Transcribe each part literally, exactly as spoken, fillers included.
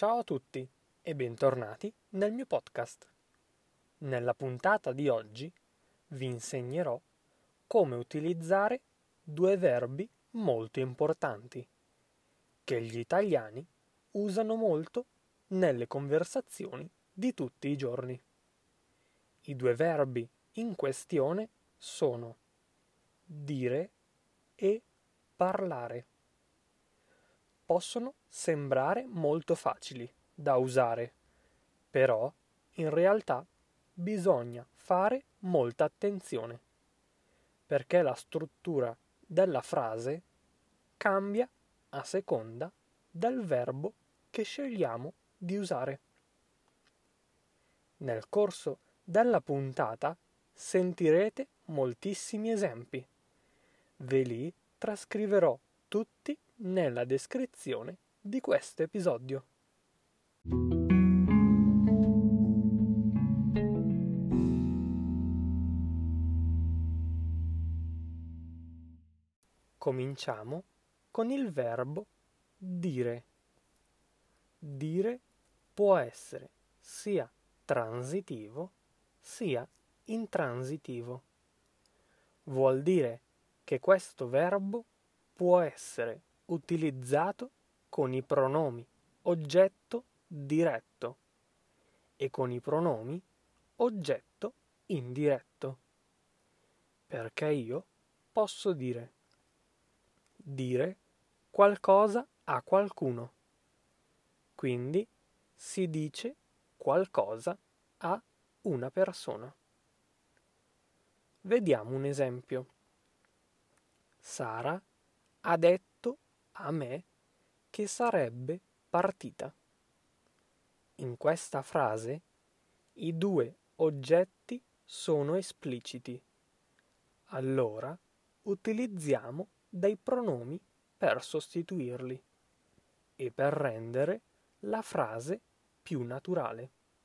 Ciao a tutti e bentornati nel mio podcast. Nella puntata di oggi vi insegnerò come utilizzare due verbi molto importanti che gli italiani usano molto nelle conversazioni di tutti i giorni. I due verbi in questione sono dire e parlare. Possono sembrare molto facili da usare, però in realtà bisogna fare molta attenzione, perché la struttura della frase cambia a seconda del verbo che scegliamo di usare. Nel corso della puntata sentirete moltissimi esempi. Ve li trascriverò tutti nella descrizione di questo episodio. Cominciamo con il verbo dire. Dire può essere sia transitivo sia intransitivo. Vuol dire che questo verbo può essere utilizzato con i pronomi oggetto diretto e con i pronomi oggetto indiretto. Perché io posso dire dire qualcosa a qualcuno. Quindi si dice qualcosa a una persona. Vediamo un esempio. Sara ha detto a me che sarebbe partita. In questa frase i due oggetti sono espliciti. Allora utilizziamo dei pronomi per sostituirli e per rendere la frase più naturale.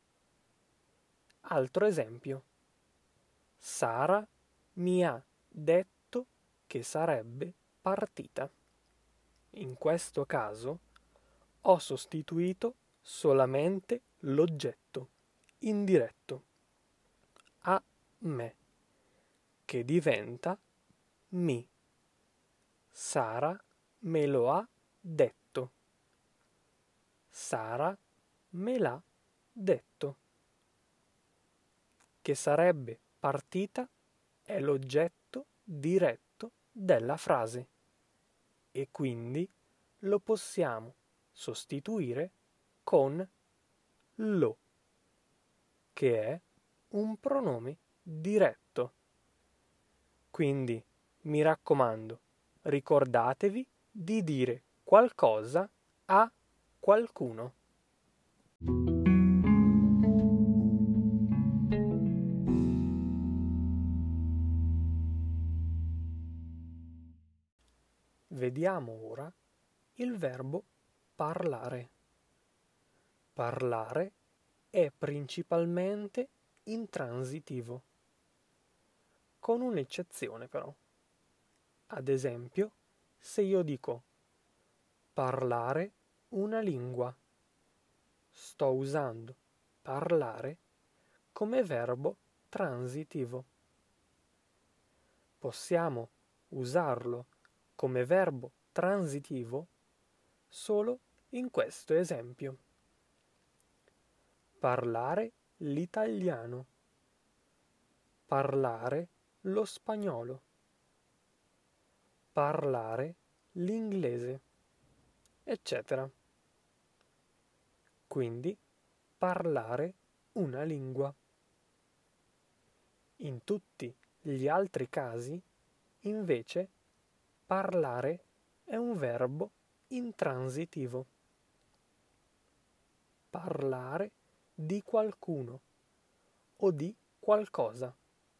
Altro esempio. Sara mi ha detto che sarebbe partita. In questo caso ho sostituito solamente l'oggetto indiretto a me, che diventa mi. Sara me lo ha detto. Sara me l'ha detto. Che sarebbe partita è l'oggetto diretto della frase e quindi lo possiamo sostituire con lo, che è un pronome diretto. Quindi, mi raccomando, ricordatevi di dire qualcosa a qualcuno. Vediamo ora il verbo parlare. Parlare è principalmente intransitivo, con un'eccezione però. Ad esempio, se io dico parlare una lingua, sto usando parlare come verbo transitivo. Possiamo usarlo come verbo transitivo solo in questo esempio. Parlare l'italiano. Parlare lo spagnolo. Parlare l'inglese, eccetera. Quindi, parlare una lingua. In tutti gli altri casi, invece, parlare è un verbo intransitivo. Parlare di qualcuno o di qualcosa.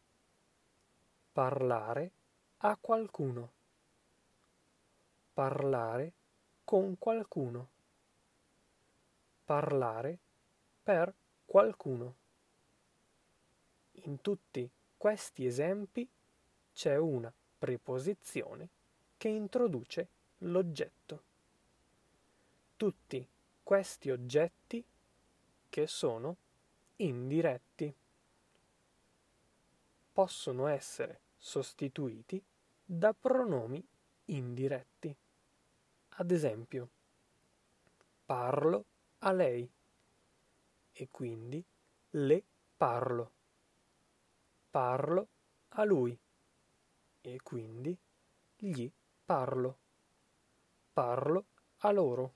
Parlare a qualcuno. Parlare con qualcuno. Parlare per qualcuno. In tutti questi esempi c'è una preposizione che introduce l'oggetto. Tutti questi oggetti che sono indiretti. Possono essere sostituiti da pronomi indiretti. Ad esempio, parlo a lei e quindi le parlo. Parlo a lui e quindi gli parlo. Parlo a loro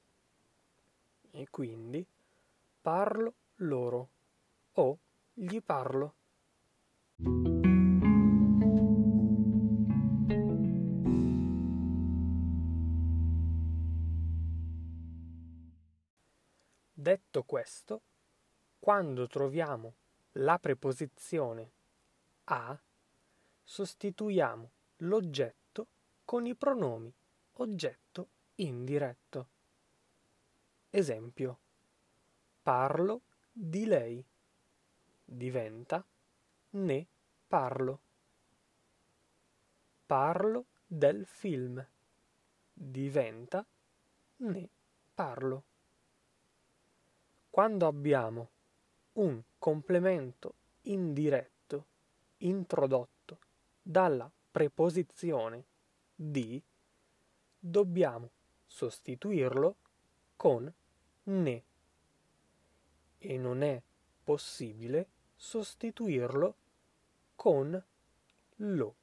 e quindi parlo loro o gli parlo. Detto questo, quando troviamo la preposizione a, sostituiamo l'oggetto con i pronomi oggetto indiretto. Esempio, parlo di lei, diventa ne parlo. Parlo del film, diventa ne parlo. Quando abbiamo un complemento indiretto introdotto dalla preposizione di, dobbiamo sostituirlo con ne e non è possibile sostituirlo con lo.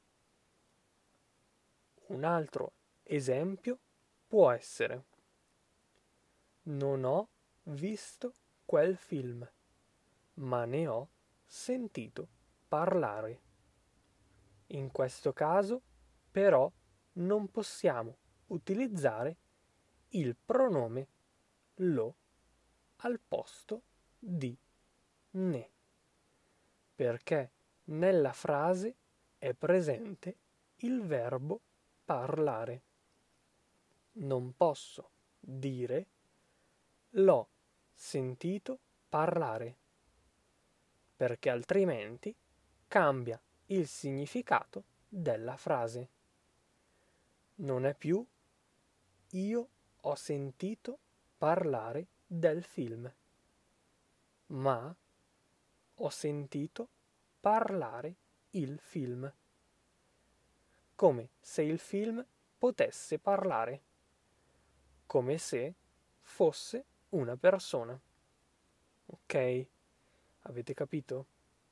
Un altro esempio può essere: non ho visto quel film, ma ne ho sentito parlare. In questo caso, però, non possiamo utilizzare il pronome lo al posto di ne, perché nella frase è presente il verbo parlare. Non posso dire l'ho sentito parlare, perché altrimenti cambia il significato della frase. Non è più io ho sentito parlare del film, ma ho sentito parlare il film, come se il film potesse parlare, come se fosse una persona. Ok? Avete capito?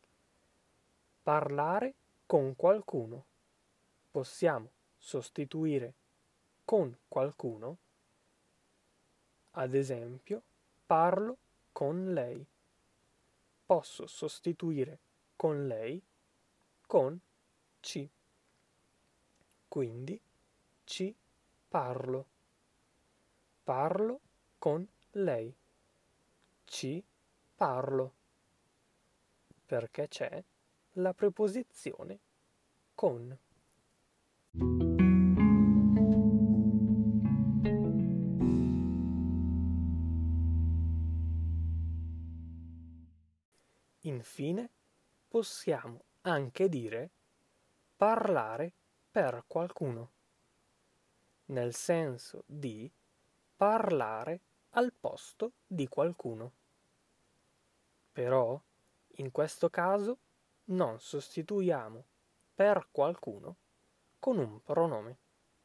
Parlare con qualcuno. Possiamo sostituire con qualcuno, ad esempio, parlo con lei. Posso sostituire con lei con ci. Quindi ci parlo. Parlo con lei. Ci parlo. Perché c'è la preposizione con. Infine, possiamo anche dire parlare per qualcuno, nel senso di parlare al posto di qualcuno. Però, in questo caso, non sostituiamo per qualcuno con un pronome.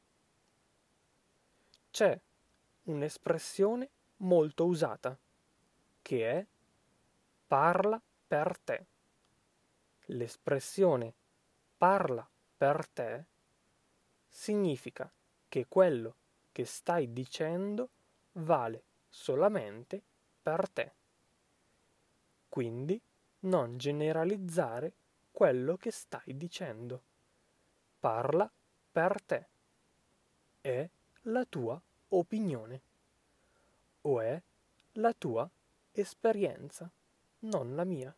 C'è un'espressione molto usata, che è parla per te. L'espressione parla per te significa che quello che stai dicendo vale solamente per te. Quindi non generalizzare quello che stai dicendo. Parla per te. È la tua opinione o è la tua esperienza, non la mia.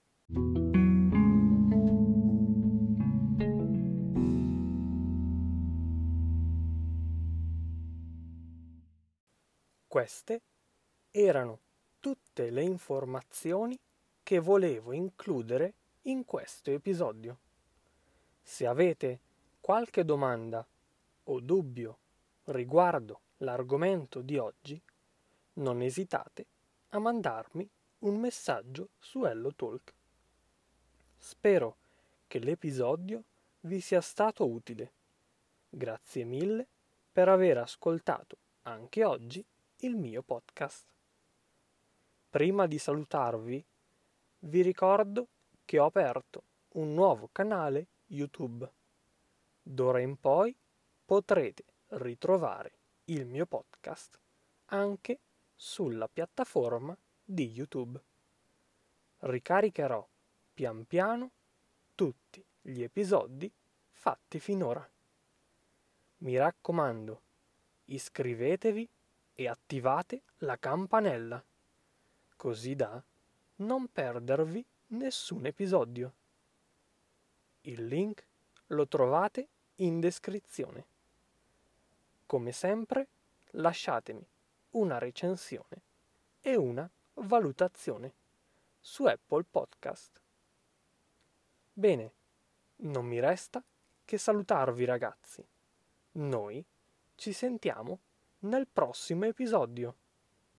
Queste erano tutte le informazioni che volevo includere in questo episodio. Se avete qualche domanda o dubbio riguardo l'argomento di oggi, non esitate a mandarmi un messaggio su HelloTalk. Spero che l'episodio vi sia stato utile. Grazie mille per aver ascoltato anche oggi il mio podcast. Prima di salutarvi, vi ricordo che ho aperto un nuovo canale YouTube. D'ora in poi potrete ritrovare il mio podcast anche sulla piattaforma di YouTube. Ricaricherò pian piano tutti gli episodi fatti finora. Mi raccomando, iscrivetevi e attivate la campanella, così da non perdervi nessun episodio. Il link lo trovate in descrizione. Come sempre, lasciatemi una recensione e una valutazione su Apple Podcast. Bene, non mi resta che salutarvi ragazzi. Noi ci sentiamo nel prossimo episodio.